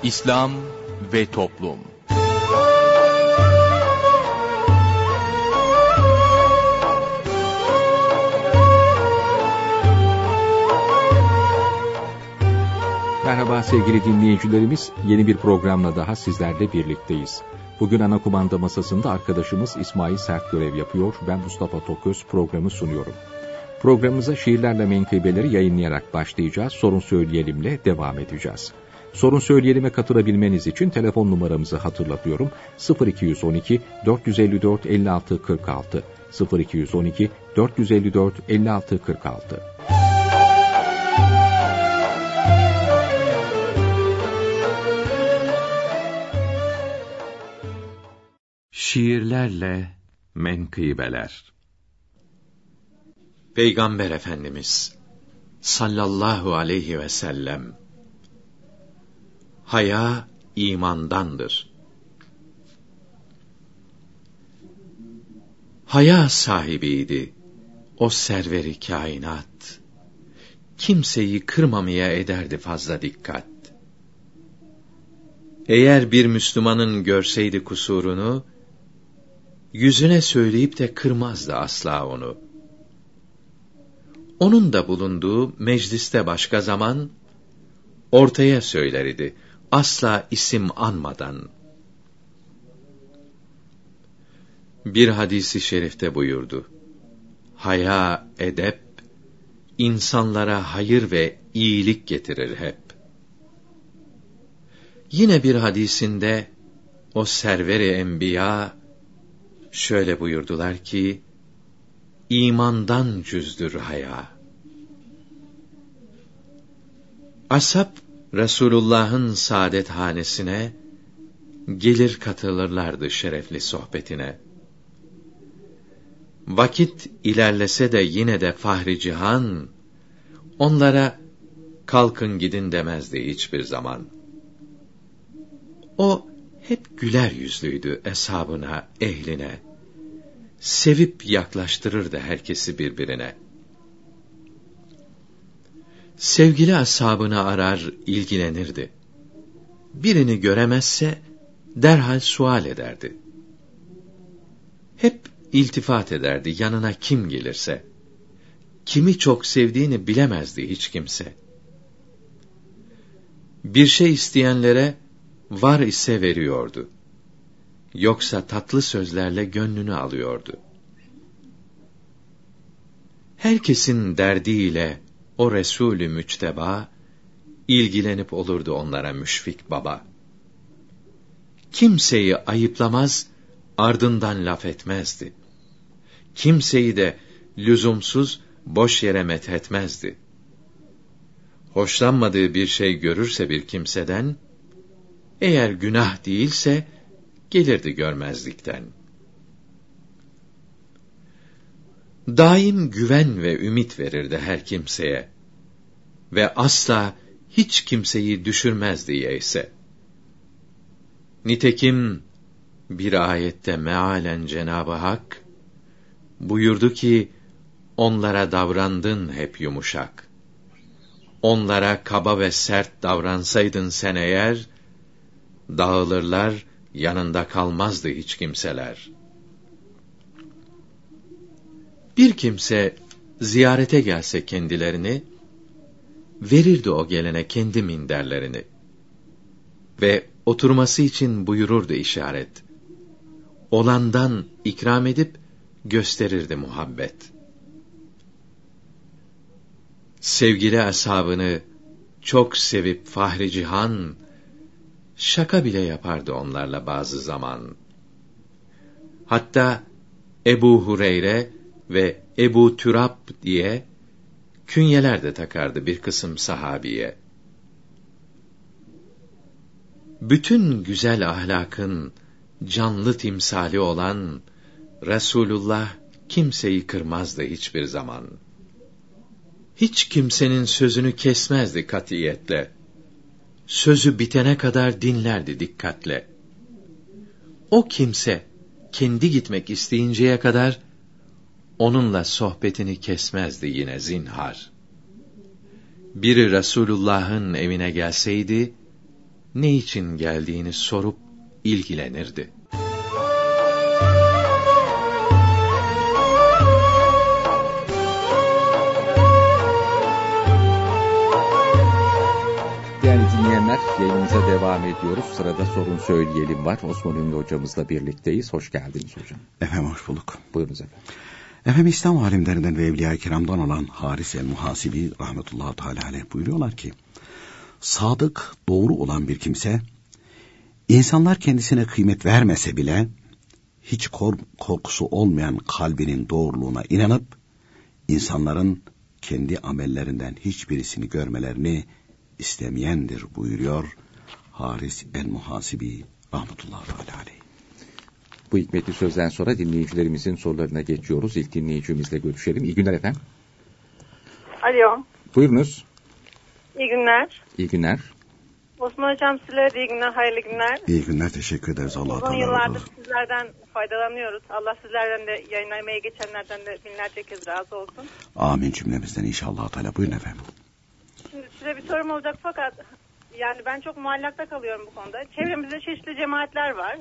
İslam ve Toplum. Merhaba sevgili dinleyicilerimiz, yeni bir programla daha sizlerle birlikteyiz. Bugün ana kumanda masasında arkadaşımız İsmail Sert görev yapıyor, ben Mustafa Toköz programı sunuyorum. Programımıza şiirlerle menkıbeleri yayınlayarak başlayacağız, sorun söyleyelimle devam edeceğiz. Sorun söyleyelime katılabilmeniz için telefon numaramızı hatırlatıyorum. 0212 454 56 46 0212 454 56 46. Şiirlerle menkıbeler. Peygamber Efendimiz sallallahu aleyhi ve sellem: haya imandandır. Haya sahibiydi o serveri kainat. Kimseyi kırmamaya ederdi fazla dikkat. Eğer bir Müslümanın görseydi kusurunu, yüzüne söyleyip de kırmazdı asla onu. Onun da bulunduğu mecliste başka zaman, ortaya söyler idi, asla isim anmadan. Bir hadisi şerifte buyurdu: haya, edep, insanlara hayır ve iyilik getirir hep. Yine bir hadisinde, o server-i enbiya, şöyle buyurdular ki, imandan cüzdür haya. Ashab, Resulullah'ın saadethanesine gelir katılırlardı şerefli sohbetine. Vakit ilerlese de yine de Fahri Cihan, onlara kalkın gidin demezdi hiçbir zaman. O hep güler yüzlüydü eshabına, ehline. Sevip yaklaştırırdı herkesi birbirine. Sevgili ashabını arar, ilgilenirdi. Birini göremezse derhal sual ederdi. Hep iltifat ederdi yanına kim gelirse. Kimi çok sevdiğini bilemezdi hiç kimse. Bir şey isteyenlere var ise veriyordu. Yoksa tatlı sözlerle gönlünü alıyordu. Herkesin derdiyle o Resulü müçteba ilgilenip olurdu onlara müşfik baba. Kimseyi ayıplamaz, ardından laf etmezdi. Kimseyi de lüzumsuz, boş yere methetmezdi. Hoşlanmadığı bir şey görürse bir kimseden, eğer günah değilse gelirdi görmezlikten. Daim güven ve ümit verirdi her kimseye ve asla hiç kimseyi düşürmezdi yeyse. Nitekim bir ayette mealen Cenab-ı Hak buyurdu ki, onlara davrandın hep yumuşak. Onlara kaba ve sert davransaydın sen eğer, dağılırlar, yanında kalmazdı hiç kimseler. Bir kimse ziyarete gelse kendilerini, verirdi o gelene kendi minderlerini ve oturması için buyururdu işaret. Olandan ikram edip gösterirdi muhabbet. Sevgili ashabını çok sevip Fahri Cihan, şaka bile yapardı onlarla bazı zaman. Hatta Ebu Hureyre ve Ebu Türab diye künyeler de takardı bir kısım sahabiye. Bütün güzel ahlakın canlı timsali olan Resulullah kimseyi kırmazdı hiçbir zaman. Hiç kimsenin sözünü kesmezdi katiyetle. Sözü bitene kadar dinlerdi dikkatle. O kimse kendi gitmek isteyinceye kadar onunla sohbetini kesmezdi yine zinhar. Biri Resulullah'ın evine gelseydi, ne için geldiğini sorup ilgilenirdi. Değerli dinleyenler, yayınımıza devam ediyoruz. Sırada sorun söyleyelim var. Osman Ünlü hocamızla birlikteyiz. Hoş geldiniz hocam. Efendim hoş bulduk. Buyurunuz efendim. Efendim İslam alimlerinden ve Evliya-i Kiram'dan olan Haris el-Muhasibi rahmetullahi teala aleyh buyuruyorlar ki, sadık, doğru olan bir kimse, insanlar kendisine kıymet vermese bile, hiç korkusu olmayan kalbinin doğruluğuna inanıp, insanların kendi amellerinden hiçbirisini görmelerini istemeyendir buyuruyor Haris el-Muhasibi rahmetullahi teala aleyh. Bu hikmetli sözden sonra dinleyicilerimizin sorularına geçiyoruz. İlk dinleyicimizle görüşelim. İyi günler efendim. Alo. Buyurunuz. İyi günler. İyi günler. Osman Hocam size de iyi günler, hayırlı günler. İyi günler, teşekkür ederiz. Allah Uzun yıllardır sizlerden faydalanıyoruz. Allah sizlerden de yayınlamaya geçenlerden de binlerce kez razı olsun. Amin cümlemizden inşallah Teala. Buyurun efendim. Şimdi size bir sorum olacak fakat yani ben çok muallakta kalıyorum bu konuda. Çevremizde çeşitli cemaatler var.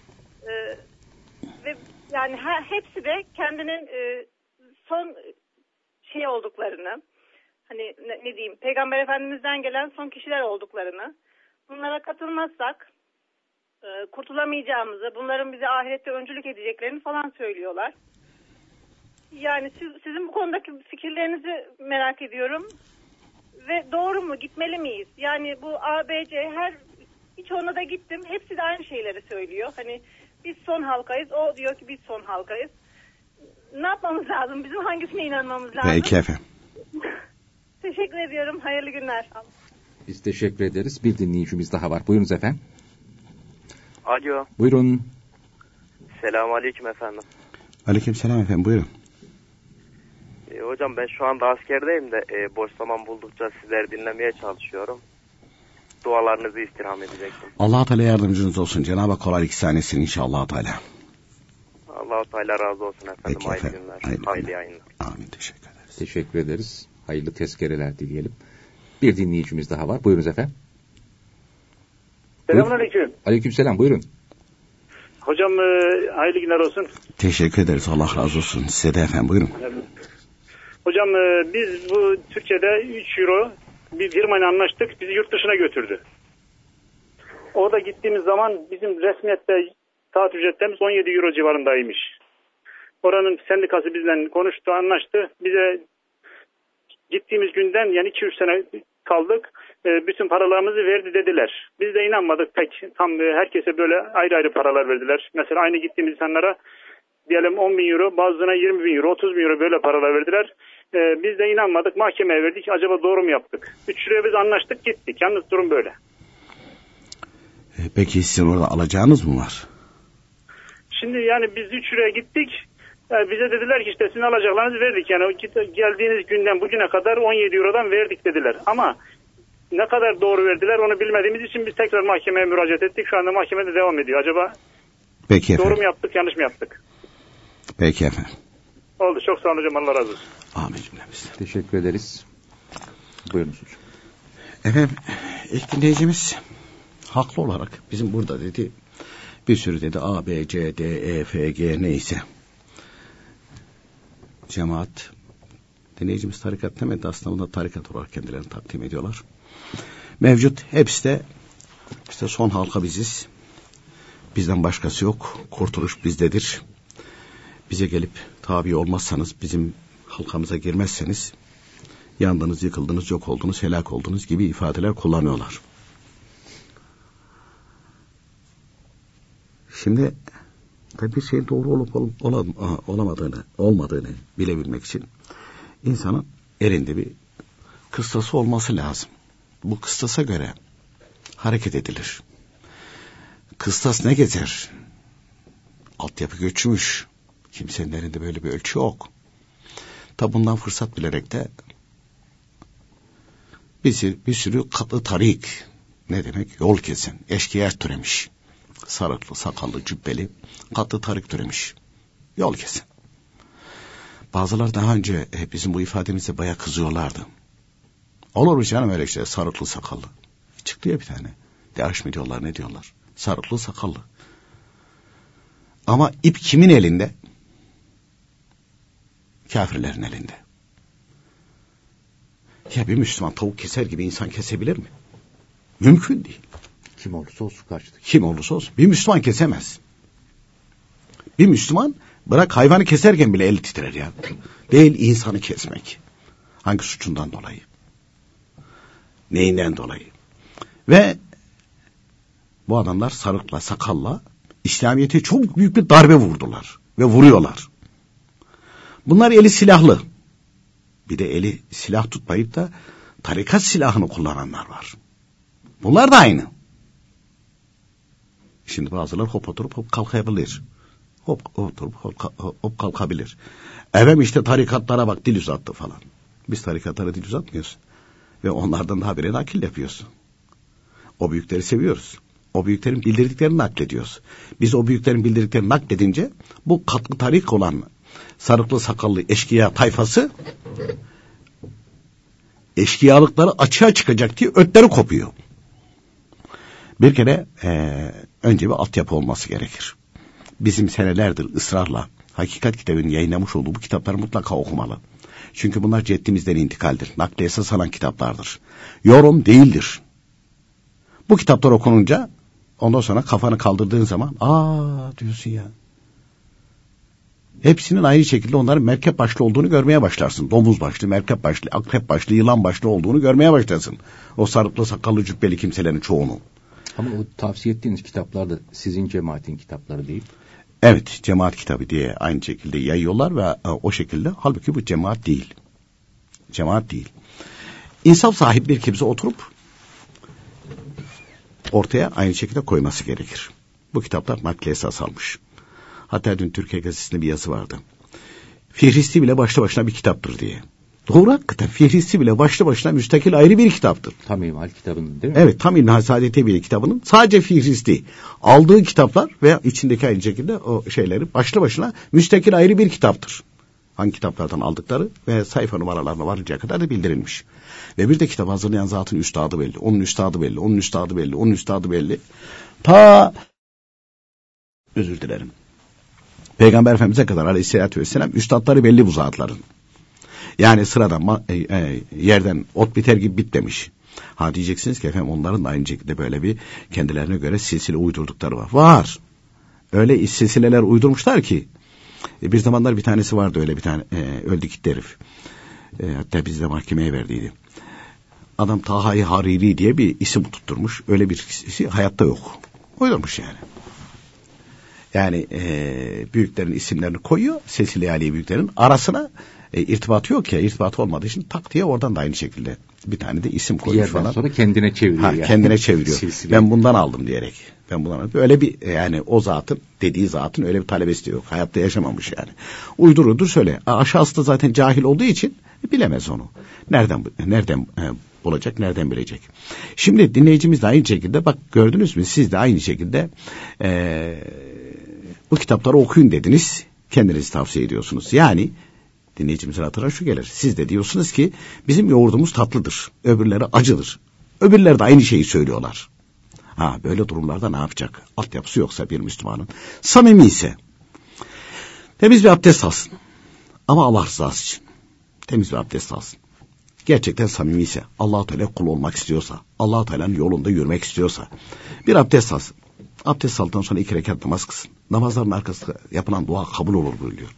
Ve yani hepsi de kendinin son şey olduklarını, hani ne diyeyim, Peygamber Efendimiz'den gelen son kişiler olduklarını, bunlara katılmazsak kurtulamayacağımızı, bunların bize ahirette öncülük edeceklerini falan söylüyorlar. Yani sizin bu konudaki fikirlerinizi merak ediyorum. Ve doğru mu, gitmeli miyiz? Yani bu ABC birçoğuna da gittim. Hepsi de aynı şeyleri söylüyor. Hani biz son halkayız. O diyor ki biz son halkayız. Ne yapmamız lazım? Bizim hangisine inanmamız lazım? Peki efendim. Teşekkür ediyorum. Hayırlı günler. Biz teşekkür ederiz. Bir dinleyicimiz daha var. Buyurunuz efendim. Alo. Buyurun. Selamünaleyküm efendim. Aleykümselam efendim, buyurun. Hocam ben şu anda askerdeyim de boş zaman buldukça sizleri dinlemeye çalışıyorum. Dualarınızı istirham edecektim. Allah Teala yardımcınız olsun. Cenab-ı Hak kolaylık ihsan etsin inşallah Teala. Allah Teala razı olsun efendim. Peki hayırlı efendim. günler. Hayırlı yayınlar. Amin, teşekkür ederiz. Teşekkür ederiz. Hayırlı tezkereler dileyelim. Bir dinleyicimiz daha var. Buyurunuz efendim. Selamünaleyküm. Aleykümselam, buyurun. Hocam hayırlı günler olsun. Teşekkür ederiz. Allah razı olsun. Size de efendim, buyurun. Hocam biz bu Türkiye'de 3 euro bir firmayla anlaştık. Bizi yurt dışına götürdü. Orada gittiğimiz zaman bizim resmiyette saat ücretlerimiz 17 euro civarındaymış. Oranın sendikası bizle konuştu, anlaştı. Bize gittiğimiz günden yani 2-3 sene kaldık. Bütün paralarımızı verdi dediler. Biz de inanmadık pek. Tam herkese böyle ayrı ayrı paralar verdiler. Mesela aynı gittiğimiz insanlara diyelim 10 bin euro, bazılarına 20 bin euro, 30 bin euro böyle paralar verdiler. Biz de inanmadık, mahkemeye verdik. Acaba doğru mu yaptık? 3 liraya biz anlaştık, gittik. Yalnız durum böyle. Peki sizin orada alacağınız mı var? Şimdi yani biz 3 liraya gittik. Yani bize dediler ki işte sizin alacaklarınızı verdik. Yani geldiğiniz günden bugüne kadar 17 eurodan verdik dediler. Ama ne kadar doğru verdiler onu bilmediğimiz için biz tekrar mahkemeye müracaat ettik. Şu anda mahkemede devam ediyor. Acaba Peki efendim. Doğru mu yaptık, yanlış mı yaptık? Peki efendim. Oldu. Çok sağ olun hocam. Allah razı olsun. Amin cümlemizden. Teşekkür ederiz. Buyurunuz hocam. Efendim, ilk dinleyicimiz haklı olarak bizim burada dedi bir sürü dedi A, B, C, D, E, F, G neyse cemaat, dinleyicimiz tarikat demedi aslında onlar tarikat olarak kendilerini takdim ediyorlar. Mevcut hepsi de işte son halka biziz. Bizden başkası yok. Kurtuluş bizdedir. Bize gelip tabi olmazsanız, bizim halkamıza girmezseniz yandınız, yıkıldınız, yok oldunuz, helak oldunuz gibi ifadeler kullanıyorlar. Şimdi bir şeyin doğru olup olmadığını bilebilmek için insanın elinde bir kıstası olması lazım. Bu kıstasa göre hareket edilir. Kıstas ne gezer? Altyapı göçmüş. Kimsenin elinde böyle bir ölçü yok. Tabi bundan fırsat bilerek de bir sürü katlı tarik, ne demek? Yol kesen, eşkıya türemiş. Sarıklı, sakallı, cübbeli, katlı tarik türemiş. Yol kesen. Bazıları daha önce bizim bu ifademize bayağı kızıyorlardı. Olur mu canım öyle işte sarıklı, sakallı. Çıktı ya bir tane. Daesh mi diyorlar, ne diyorlar? Sarıklı sakallı. Ama ip kimin elinde? Kafirlerin elinde. Ya bir Müslüman tavuk keser gibi insan kesebilir mi? Mümkün değil. Kim olursa olsun karşıdaki. Kim olursa olsun. Bir Müslüman kesemez. Bir Müslüman bırak hayvanı keserken bile eli titrer ya. Değil insanı kesmek. Hangi suçundan dolayı? Neyinden dolayı? Ve bu adamlar sarıkla, sakalla İslamiyet'e çok büyük bir darbe vurdular. Ve vuruyorlar. Bunlar eli silahlı. Bir de eli silah tutmayıp da tarikat silahını kullananlar var. Bunlar da aynı. Şimdi bazıları hop oturup hop kalkabilir. Hop oturup hop kalkabilir. Efendim işte tarikatlara bak dil uzattı falan. Biz tarikatlara dil uzatmıyoruz. Ve onlardan daha bir nakil yapıyoruz. O büyükleri seviyoruz. O büyüklerin bildirdiklerini naklediyoruz. Biz o büyüklerin bildirdiklerini nakledince bu katkı tarik olan sarıklı sakallı eşkıya tayfası eşkıyalıkları açığa çıkacak diye ötleri kopuyor. Bir kere önce bir altyapı olması gerekir. Bizim senelerdir ısrarla Hakikat kitabının yayınlamış olduğu bu kitapları mutlaka okumalı. Çünkü bunlar ceddimizden intikaldir. Nakli esas alan kitaplardır. Yorum değildir. Bu kitaplar okununca ondan sonra kafanı kaldırdığın zaman diyorsun ya. Hepsinin aynı şekilde onların merkep başlı olduğunu görmeye başlarsın. Domuz başlı, merkep başlı, akrep başlı, yılan başlı olduğunu görmeye başlarsın. O sarıklı sakallı cübbeli kimselerin çoğunu. Ama o tavsiye ettiğiniz kitaplar da sizin cemaatin kitapları değil. Evet, cemaat kitabı diye aynı şekilde yayıyorlar ve o şekilde. Halbuki bu cemaat değil. Cemaat değil. İnsaf sahibi bir kimse oturup ortaya aynı şekilde koyması gerekir. Bu kitaplar nakli esas almış. Hatta dün Türkiye Gazetesi'nde bir yazı vardı. Fihristi bile başlı başına bir kitaptır diye. Doğru hakikaten. Fihristi bile başlı başına müstakil ayrı bir kitaptır. Tam İlmihal kitabının değil mi? Evet, Tam İlmihal Saadet Evi'nin kitabının sadece fihristi. Aldığı kitaplar veya içindeki aynı şekilde o şeyleri başlı başına müstakil ayrı bir kitaptır. Hangi kitaplardan aldıkları ve sayfa numaralarına varıncaya kadar da bildirilmiş. Ve bir de kitap hazırlayan zatın üstadı belli. Onun üstadı belli, onun üstadı belli, onun üstadı belli. Özür dilerim. Peygamber Efendimiz'e kadar aleyhissalatü vesselam üstadları belli bu zatların. Yani sıradan yerden ot biter gibi bitmemiş. Ha diyeceksiniz ki efendim onların da aynı şekilde böyle bir kendilerine göre silsile uydurdukları var. Var. Öyle silsileler uydurmuşlar ki bir zamanlar bir tanesi vardı öyle bir tane öldü gitti herif. Hatta bizi de mahkemeye verdiydi. Adam Taha-i Hariri diye bir isim tutturmuş. Öyle bir kişi hayatta yok. Uydurmuş yani. Yani büyüklerin isimlerini koyuyor. Silsile-i Ali büyüklerin arasına irtibatı yok ya. İrtibatı olmadığı için tak diye oradan da aynı şekilde bir tane de isim koymuş falan. Sonra kendine çeviriyor. Yani. Kendine çeviriyor. Ben bundan aldım diyerek. Ben bundan aldım. Öyle bir yani o zatın dediği zatın öyle bir talebesi de yok. Hayatta yaşamamış yani. Uydururdur söyle. Aşağısı da zaten cahil olduğu için bilemez onu. Nereden bulacak, nereden bilecek? Şimdi dinleyicimiz de aynı şekilde bak gördünüz mü siz de aynı şekilde bu kitapları okuyun dediniz. Kendinizi tavsiye ediyorsunuz. Yani dinleyicimizin hatırına şu gelir. Siz de diyorsunuz ki bizim yoğurdumuz tatlıdır. Öbürleri acıdır. Öbürleri de aynı şeyi söylüyorlar. Böyle durumlarda ne yapacak? Altyapısı yoksa bir Müslümanın. Samimi ise temiz bir abdest alsın. Ama Allah rızası için. Temiz bir abdest alsın. Gerçekten samimi ise, Allah-u Teala kul olmak istiyorsa, Allah-u Teala'nın yolunda yürümek istiyorsa bir abdest alsın. Abdest aldıktan sonra 2 rekat namaz kılsın. Namazların arkasında yapılan dua kabul olur buyuruyor.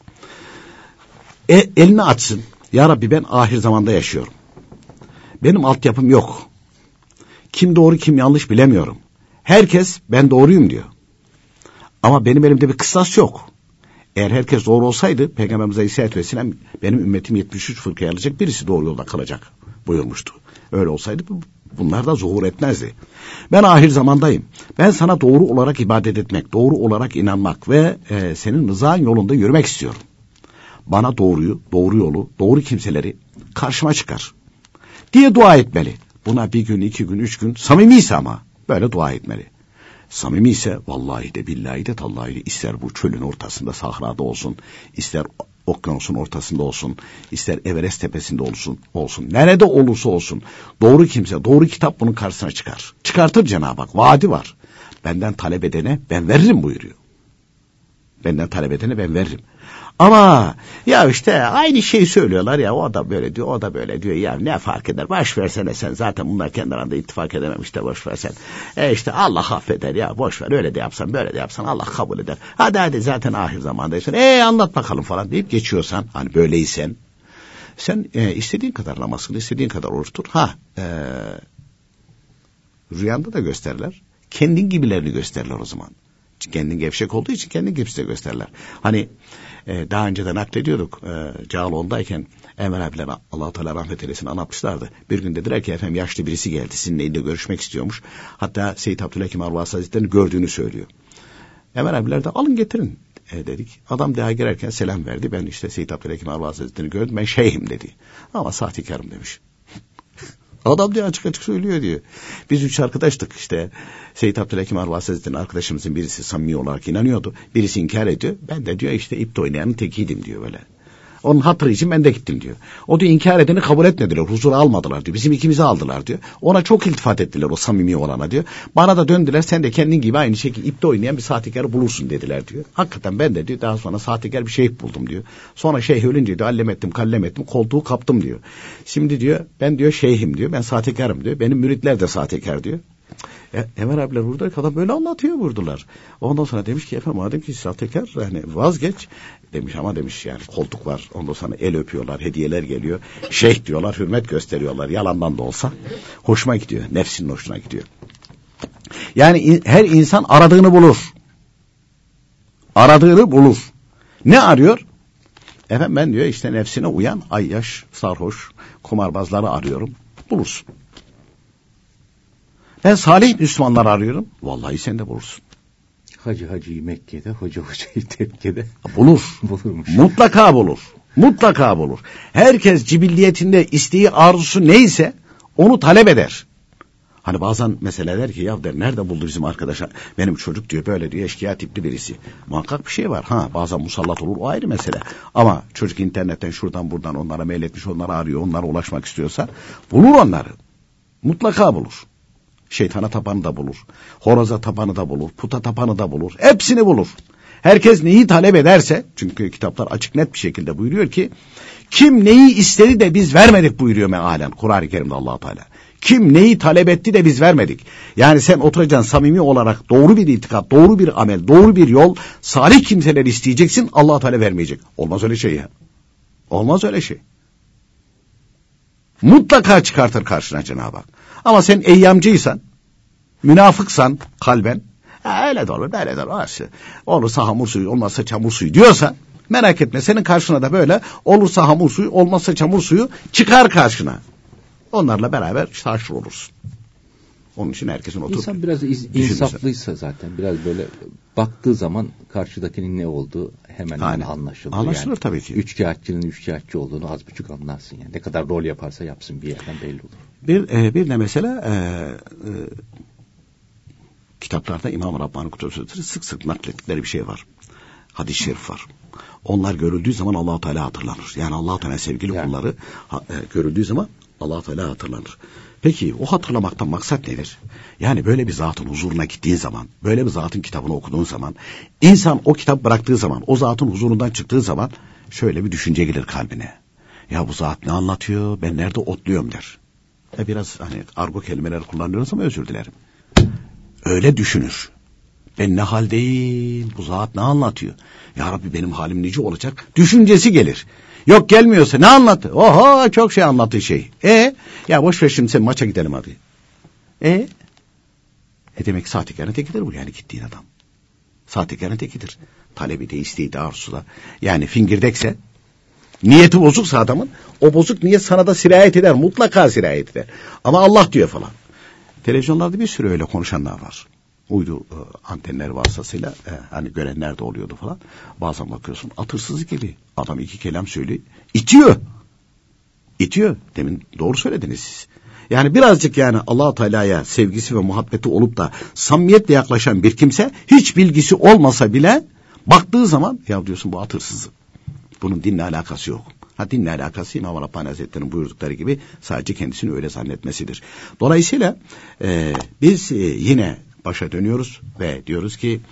Elini açsın. Ya Rabbi ben ahir zamanda yaşıyorum. Benim altyapım yok. Kim doğru kim yanlış bilemiyorum. Herkes ben doğruyum diyor. Ama benim elimde bir kıstas yok. Eğer herkes doğru olsaydı Peygamberimiz Aleyhisselatü Vesselam benim ümmetim 73 fırkaya alacak birisi doğru yolda kalacak buyurmuştu. Öyle olsaydı bunlar da zuhur etmezdi. Ben ahir zamandayım. Ben sana doğru olarak ibadet etmek, doğru olarak inanmak ve senin rızan yolunda yürümek istiyorum. Bana doğruyu, doğru yolu, doğru kimseleri karşıma çıkar diye dua etmeli. Buna 1 gün, 2 gün, 3 gün samimiyse ama böyle dua etmeli. Samimi ise vallahi de billahi de tallahi de ister bu çölün ortasında sahrada olsun, ister okyanusun ortasında olsun, ister Everest tepesinde olsun, nerede olursa olsun, doğru kimse, doğru kitap bunun karşısına çıkar. Çıkartır Cenab-ı Hak, vaadi var. Benden talep edene ben veririm buyuruyor. Benden talep edene ben veririm. Ama ya işte aynı şeyi söylüyorlar ya, o da böyle diyor, o da böyle diyor. Ya ne fark eder? Boş versene sen. Zaten bunlar kendi arasında ittifak edememiş de boş versen. İşte Allah affeder ya, boş ver, öyle de yapsan böyle de yapsan Allah kabul eder. Hadi zaten ahir zamandaysın. Anlat bakalım falan deyip geçiyorsan, hani böyleysen sen istediğin kadar namaz kıl, istediğin kadar oruç tut. Rüyanda da gösterirler. Kendin gibilerini gösterirler o zaman. Kendin gevşek olduğu için kendin gibisi de gösterirler. Hani daha önceden naklediyorduk. Cağaloğlu'ndayken Enver abiler, Allah-u Teala rahmet eylesin, anlatmışlardı. Bir gün dediler ki efendim yaşlı birisi geldi, sizinle de görüşmek istiyormuş. Hatta Seyyid Abdülhakim Arvasi Hazretleri'ni gördüğünü söylüyor. Enver abiler de alın getirin dedik. Adam daha girerken selam verdi. Ben işte Seyyid Abdülhakim Arvasi Hazretleri'ni gördüm, ben şeyhim dedi. Ama sahtekarım demiş. Adam diyor, açık açık söylüyor diyor. Biz 3 arkadaştık işte. Seyyid Abdülhakim Arvasi Hazretleri'nin arkadaşımızın birisi samimi olarak inanıyordu. Birisi inkar ediyor. Ben de diyor işte ipte oynayanın tekiydim diyor böyle. Onun hatırı için ben de gittim diyor. O diyor inkar edeni kabul etmediler. Huzura almadılar diyor. Bizim ikimizi aldılar diyor. Ona çok iltifat ettiler o samimi olana diyor. Bana da döndüler, sen de kendin gibi aynı şekilde ipte oynayan bir sahtekarı bulursun dediler diyor. Hakikaten ben de diyor daha sonra sahtekar bir şeyh buldum diyor. Sonra şeyh ölünce diyor allem ettim kallem ettim koltuğu kaptım diyor. Şimdi diyor ben diyor şeyhim diyor, ben sahtekarım diyor. Benim müritler de sahtekar diyor. Enver abiler burada kadar böyle anlatıyor vurdular. Ondan sonra demiş ki efendim madem ki sahtekar hani vazgeç demiş, ama demiş yani koltuk var. Ondan sonra el öpüyorlar, hediyeler geliyor. Şeyh diyorlar, hürmet gösteriyorlar. Yalandan da olsa hoşuma gidiyor. Nefsinin hoşuna gidiyor. Yani her insan aradığını bulur. Aradığını bulur. Ne arıyor? Efendim ben diyor işte nefsine uyan ayyaş, sarhoş, kumarbazları arıyorum. Bulursun. Ben salih Müslümanlar arıyorum. Vallahi sen de bulursun. Hacıyı Mekke'de, hocayı tekkede. Bulurmuş. Mutlaka bulur. Mutlaka bulur. Herkes cibilliyetinde isteği, arzusu neyse onu talep eder. Hani bazen mesela der ki ya der nerede buldu bizim arkadaşa? Benim çocuk diyor böyle diyor, eşkıya tipli birisi. Muhakkak bir şey var. Bazen musallat olur, o ayrı mesele. Ama çocuk internetten şuradan buradan onlara mail etmiş, onları arıyor, onlara ulaşmak istiyorsa bulur onları. Mutlaka bulur. Şeytana tapanı da bulur. Horoza tapanı da bulur. Puta tapanı da bulur. Hepsini bulur. Herkes neyi talep ederse, çünkü kitaplar açık net bir şekilde buyuruyor ki kim neyi istedi de biz vermedik buyuruyor mealen Kur'an-ı Kerim'de Allah Teala. Kim neyi talep etti de biz vermedik. Yani sen oturacaksın samimi olarak doğru bir itikat, doğru bir amel, doğru bir yol, salih kimseler isteyeceksin, Allah Teala vermeyecek. Olmaz öyle şey ya. Olmaz öyle şey. Mutlaka çıkartır karşına Cenab-ı Hak. Ama sen eyyamcıysan, münafıksan kalben, öyle de olur, böyle de olur. Olursa hamur suyu, olmazsa çamur suyu diyorsan, merak etme senin karşına da böyle olursa hamur suyu, olmazsa çamur suyu çıkar karşına. Onlarla beraber haşr olursun. Onun için herkesin oturup... İnsan biraz insaflıysa zaten, biraz böyle baktığı zaman karşıdakinin ne olduğu hemen anlaşılır. Anlaşılır yani, tabii ki. Üçkağıtçının üçkağıtçı olduğunu az buçuk anlarsın yani. Ne kadar rol yaparsa yapsın bir yerden belli olur. Bir de mesela kitaplarda İmam-ı Rabbani Kutlusu'da sık sık naklettikleri bir şey var. Hadis-i şerif var. Onlar görüldüğü zaman Allah-u Teala hatırlanır. Yani Allah-u Teala sevgili kulları görüldüğü zaman Allah-u Teala hatırlanır. Peki o hatırlamaktan maksat nedir? Yani böyle bir zatın huzuruna gittiğin zaman, böyle bir zatın kitabını okuduğun zaman, insan o kitap bıraktığı zaman, o zatın huzurundan çıktığı zaman şöyle bir düşünce gelir kalbine. Ya bu zat ne anlatıyor, ben nerede otluyorum der. Biraz hani argo kelimeler kullanıyoruz ama özür dilerim. Öyle düşünür. Ben ne haldeyim, bu zat ne anlatıyor? Ya Rabbi benim halim nice olacak? Düşüncesi gelir. Yok gelmiyorsa ne anlattı? Oho çok şey anlattığı şey. Ya boş ver şimdi sen maça gidelim hadi. Demek sahtekarın tekidir bu yani gittiğin adam. Sahtekarın tekidir. Talebi de isteği de arzusu da. Yani fingirdekse, niyeti bozuksa adamın, o bozuk niyet sana da sirayet eder. Mutlaka sirayet eder. Ama Allah diyor falan. Televizyonlarda bir sürü öyle konuşanlar var. Uydu antenler vasıtasıyla hani görenler de oluyordu falan. Bazen bakıyorsun atırsız gibi. Adam iki kelam söylüyor. İtiyor. Demin doğru söylediniz siz. Yani birazcık yani Allah-u Teala'ya sevgisi ve muhabbeti olup da samimiyetle yaklaşan bir kimse hiç bilgisi olmasa bile baktığı zaman ya diyorsun bu atırsız. Bunun dinle alakası yok. Dinle alakası İmam Rabbani Hazretleri'nin buyurdukları gibi sadece kendisini öyle zannetmesidir. Dolayısıyla biz yine başa dönüyoruz ve diyoruz ki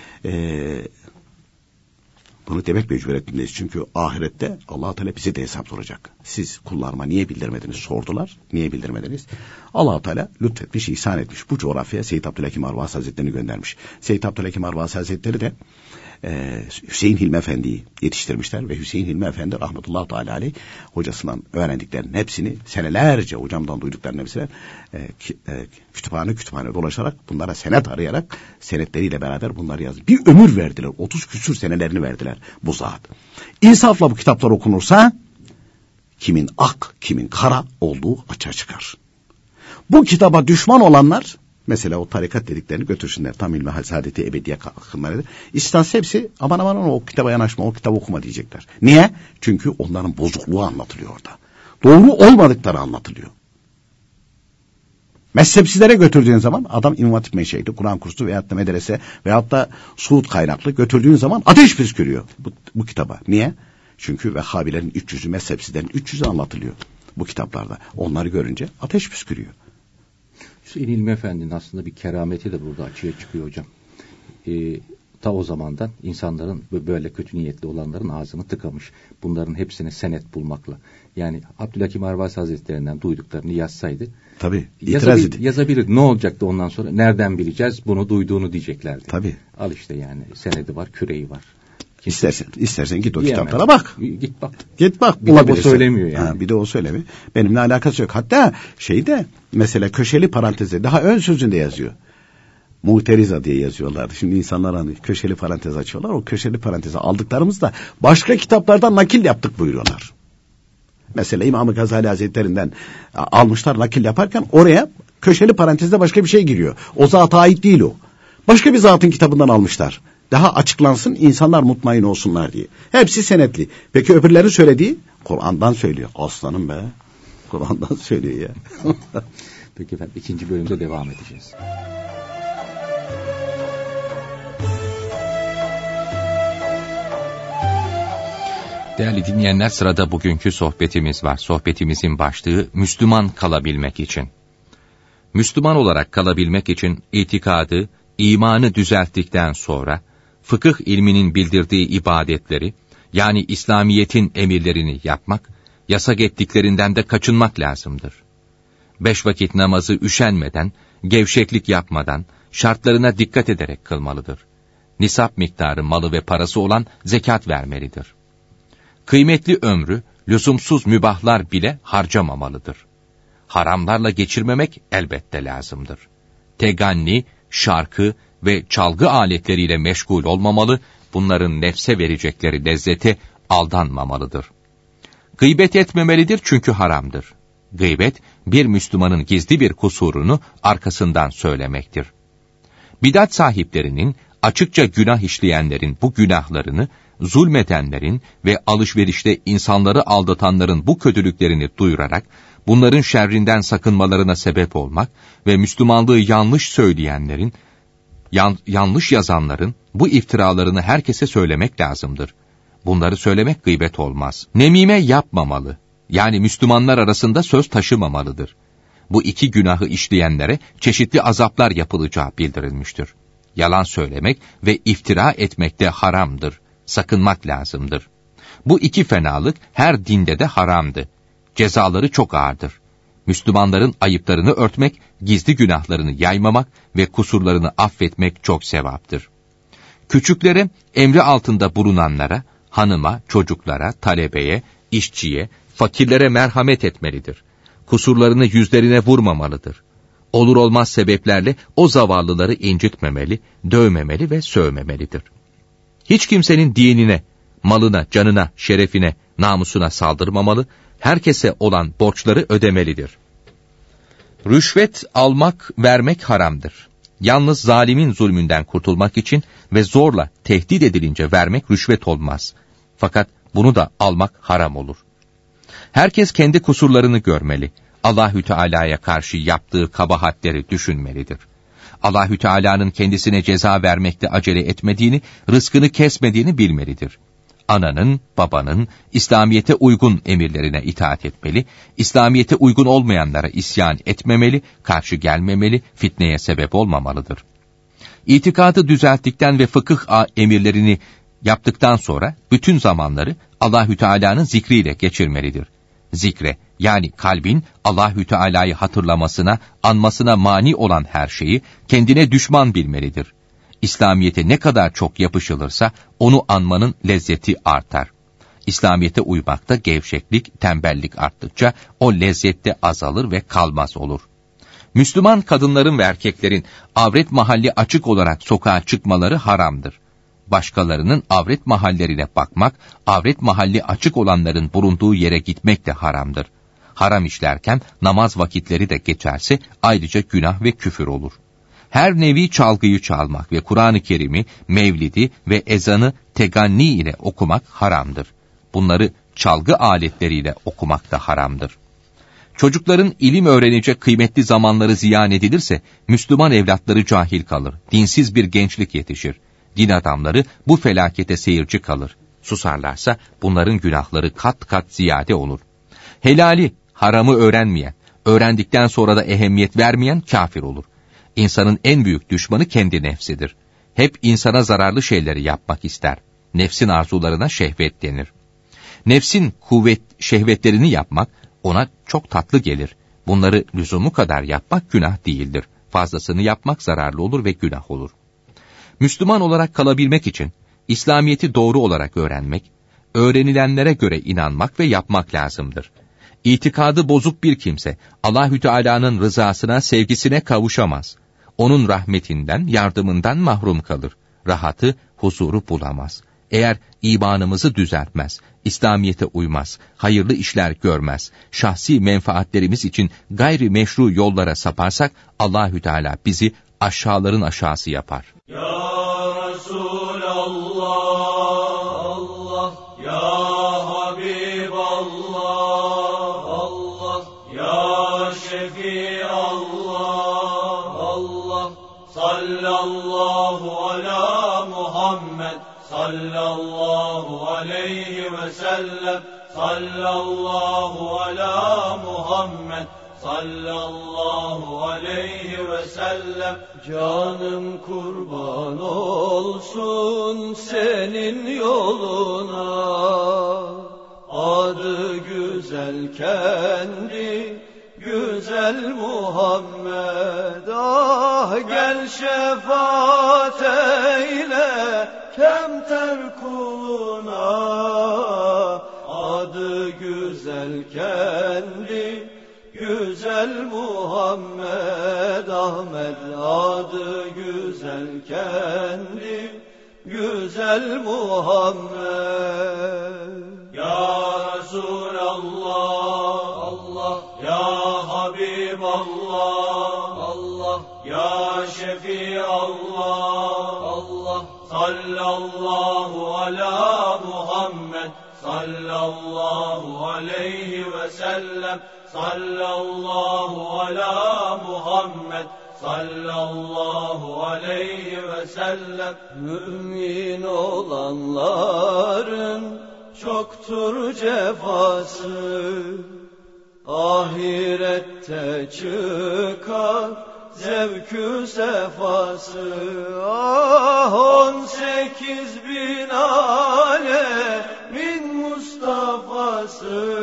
bunu demek mecburiyetindeyiz. Çünkü ahirette Allah-u Teala bize de hesap soracak. Siz kullarıma niye bildirmediniz sordular. Niye bildirmediniz? Allah-u Teala lütfetmiş, ihsan etmiş. Bu coğrafyaya Seyyid Abdülhakim Arvasi Hazretleri'ni göndermiş. Seyyid Abdülhakim Arvasi Hazretleri de Hüseyin Hilmi Efendi'yi yetiştirmişler ve Hüseyin Hilmi Efendi rahmetullahi teala aleyh hocasından öğrendiklerinin hepsini senelerce hocamdan duyduklarının hepsine kütüphane dolaşarak bunlara senet arayarak senetleriyle beraber bunları yazdı. Bir ömür verdiler. 30 küsür senelerini verdiler bu zat. İnsafla bu kitaplar okunursa kimin ak kimin kara olduğu açığa çıkar. Bu kitaba düşman olanlar mesela o tarikat dediklerini götürsünler. Tam ilmi saadeti ebediye akımları. İsterse hepsi aman o kitaba yanaşma, o kitabı okuma diyecekler. Niye? Çünkü onların bozukluğu anlatılıyor orada. Doğru olmadıkları anlatılıyor. Mezhepsizlere götürdüğün zaman adam İmam Hatip menşeili, Kur'an kursu veyahut da medrese veyahut da Suud kaynaklı götürdüğün zaman ateş püskürüyor bu kitaba. Niye? Çünkü Vehhabilerin 300'ü, mezhepsizlerin 300'ü anlatılıyor bu kitaplarda. Onları görünce ateş püskürüyor. Hüseyin Hilmi Efendi'nin aslında bir kerameti de burada açığa çıkıyor hocam. Ta o zamandan insanların böyle kötü niyetli olanların ağzını tıkamış. Bunların hepsine senet bulmakla. Yani Abdülhakim Arvasi Hazretlerinden duyduklarını yazsaydı. Tabii. Yazabilir. Ne olacaktı ondan sonra? Nereden bileceğiz? Bunu duyduğunu diyeceklerdi. Tabii. Al işte yani senedi var, küreği var. İstersen git o kitaplara bak. Git bak. Bir de o söylemiyor yani. Bir de o söylemiyor. Benimle alakası yok. Hatta mesela köşeli parantezi daha ön sözünde yazıyor. Mu'teriza diye yazıyorlardı. Şimdi insanlar hani köşeli parantez açıyorlar. O köşeli parantezi aldıklarımızda başka kitaplardan nakil yaptık buyuruyorlar. Mesela İmam-ı Gazali Hazretlerinden almışlar nakil yaparken oraya köşeli parantezde başka bir şey giriyor. O zata ait değil o. Başka bir zatın kitabından almışlar. Daha açıklansın, insanlar mutmain olsunlar diye. Hepsi senetli. Peki öbürleri söylediği Kur'an'dan söylüyor. Aslanım be. Kur'an'dan söylüyor ya. Peki efendim, ikinci bölümde devam edeceğiz. Değerli dinleyenler, sırada bugünkü sohbetimiz var. Sohbetimizin başlığı Müslüman kalabilmek için. Müslüman olarak kalabilmek için itikadı, imanı düzelttikten sonra fıkıh ilminin bildirdiği ibadetleri, yani İslamiyet'in emirlerini yapmak, yasak ettiklerinden de kaçınmak lazımdır. 5 vakit namazı üşenmeden, gevşeklik yapmadan, şartlarına dikkat ederek kılmalıdır. Nisap miktarı malı ve parası olan zekat vermelidir. Kıymetli ömrü, lüzumsuz mübahlar bile harcamamalıdır. Haramlarla geçirmemek elbette lazımdır. Teganni, şarkı ve çalgı aletleriyle meşgul olmamalı, bunların nefse verecekleri lezzete aldanmamalıdır. Gıybet etmemelidir çünkü haramdır. Gıybet, bir Müslümanın gizli bir kusurunu arkasından söylemektir. Bidat sahiplerinin, açıkça günah işleyenlerin bu günahlarını, zulmedenlerin ve alışverişte insanları aldatanların bu kötülüklerini duyurarak, bunların şerrinden sakınmalarına sebep olmak ve Müslümanlığı yanlış söyleyenlerin, yanlış yazanların bu iftiralarını herkese söylemek lazımdır. Bunları söylemek gıybet olmaz. Nemime yapmamalı, yani Müslümanlar arasında söz taşımamalıdır. Bu 2 günahı işleyenlere çeşitli azaplar yapılacağı bildirilmiştir. Yalan söylemek ve iftira etmek de haramdır. Sakınmak lazımdır. Bu 2 fenalık her dinde de haramdı. Cezaları çok ağırdır. Müslümanların ayıplarını örtmek, gizli günahlarını yaymamak ve kusurlarını affetmek çok sevaptır. Küçüklere, emri altında bulunanlara, hanıma, çocuklara, talebeye, işçiye, fakirlere merhamet etmelidir. Kusurlarını yüzlerine vurmamalıdır. Olur olmaz sebeplerle o zavallıları incitmemeli, dövmemeli ve sövmemelidir. Hiç kimsenin dinine, malına, canına, şerefine, namusuna saldırmamalı, herkese olan borçları ödemelidir. Rüşvet almak, vermek haramdır. Yalnız zalimin zulmünden kurtulmak için ve zorla tehdit edilince vermek rüşvet olmaz. Fakat bunu da almak haram olur. Herkes kendi kusurlarını görmeli. Allahü Teala'ya karşı yaptığı kabahatleri düşünmelidir. Allahü Teala'nın kendisine ceza vermekte acele etmediğini, rızkını kesmediğini bilmelidir. Ananın, babanın, İslamiyet'e uygun emirlerine itaat etmeli, İslamiyet'e uygun olmayanlara isyan etmemeli, karşı gelmemeli, fitneye sebep olmamalıdır. İtikadı düzelttikten ve fıkıh emirlerini yaptıktan sonra bütün zamanları Allahü Teala'nın zikriyle geçirmelidir. Zikre, yani kalbin Allahü Teala'yı hatırlamasına, anmasına mani olan her şeyi kendine düşman bilmelidir. İslamiyete ne kadar çok yapışılırsa onu anmanın lezzeti artar. İslamiyete uymakta gevşeklik, tembellik arttıkça o lezzette azalır ve kalmaz olur. Müslüman kadınların ve erkeklerin avret mahalli açık olarak sokağa çıkmaları haramdır. Başkalarının avret mahallerine bakmak, avret mahalli açık olanların bulunduğu yere gitmek de haramdır. Haram işlerken namaz vakitleri de geçerse ayrıca günah ve küfür olur. Her nevi çalgıyı çalmak ve Kur'an-ı Kerim'i, mevlidi ve ezanı teganni ile okumak haramdır. Bunları çalgı aletleriyle okumak da haramdır. Çocukların ilim öğrenecek kıymetli zamanları ziyan edilirse, Müslüman evlatları cahil kalır, dinsiz bir gençlik yetişir. Din adamları bu felakete seyirci kalır. Susarlarsa bunların günahları kat kat ziyade olur. Helali, haramı öğrenmeyen, öğrendikten sonra da ehemmiyet vermeyen kafir olur. İnsanın en büyük düşmanı kendi nefsidir. Hep insana zararlı şeyleri yapmak ister. Nefsin arzularına şehvet denir. Nefsin şehvetlerini yapmak ona çok tatlı gelir. Bunları lüzumu kadar yapmak günah değildir. Fazlasını yapmak zararlı olur ve günah olur. Müslüman olarak kalabilmek için İslamiyet'i doğru olarak öğrenmek, öğrenilenlere göre inanmak ve yapmak lazımdır. İtikadı bozuk bir kimse Allahü Teala'nın rızasına, sevgisine kavuşamaz. Onun rahmetinden, yardımından mahrum kalır. Rahatı, huzuru bulamaz. Eğer imanımızı düzeltmez, İslamiyet'e uymaz, hayırlı işler görmez, şahsi menfaatlerimiz için gayri meşru yollara saparsak Allahü Teala bizi aşağıların aşağısı yapar. Ya Resulallah, Allah, ya Habiballah, Allah, ya Şefiallah, Allah, sallallahu ala Muhammed, sallallahu aleyhi ve sellem, sallallahu ala Muhammed, sallallahu aleyhi ve sellem. Canım kurban olsun senin yoluna, adı güzel kendi güzel Muhammed. Ah gel şefaat eyle kemter kuluna, adı güzel kendi güzel Muhammed. Ahmet adı güzel kendi güzel Muhammed. Ya Resulallah, Allah, ya Habiballah, Allah, ya Şefiallah, Allah, sallallahu ala Muhammed, sallallahu aleyhi ve sellem, sallallahu ala Muhammed, sallallahu aleyhi ve sellem. Mümin olanların çoktur cefası, ahirette çıkar zevkü sefası. Ah 18.000 alemin Mustafa'sı,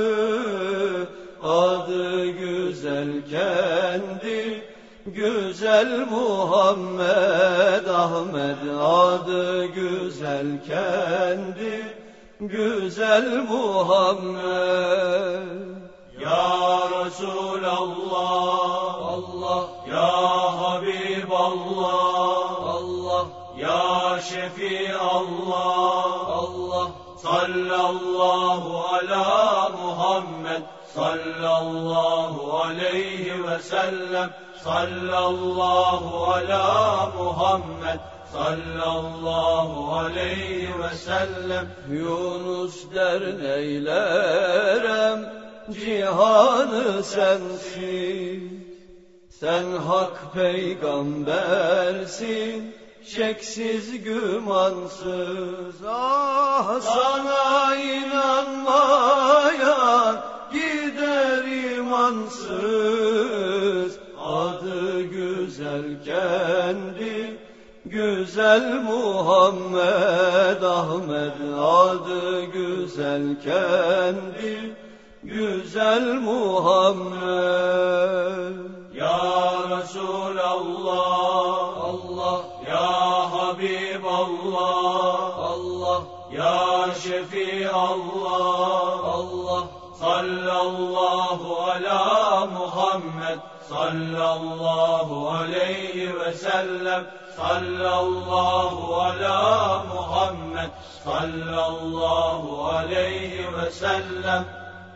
adı güzel kendi güzel Muhammed. Ahmet adı güzel kendi güzel Muhammed. Ya Resulallah, Allah, ya Habiballah, Allah, ya Şefiallah, Allah, sallallahu ala Muhammed, sallallahu aleyhi ve sellem, sallallahu ala Muhammed, sallallahu aleyhi ve sellem. Yunus der neylerem cihanı sensin, sen hak peygambersin, şeksiz gümansız. Ah sana inanmayan gider imansız. Adı güzel kendi güzel Muhammed Ahmed, adı güzel kendi güzel Muhammed. Ya Resulallah, Allah, ya Habiballah, Allah, ya Şefiallah, Allah, sallallahu ala Muhammed, sallallahu aleyhi ve sellem, sallallahu ala Muhammed, sallallahu aleyhi ve sellem.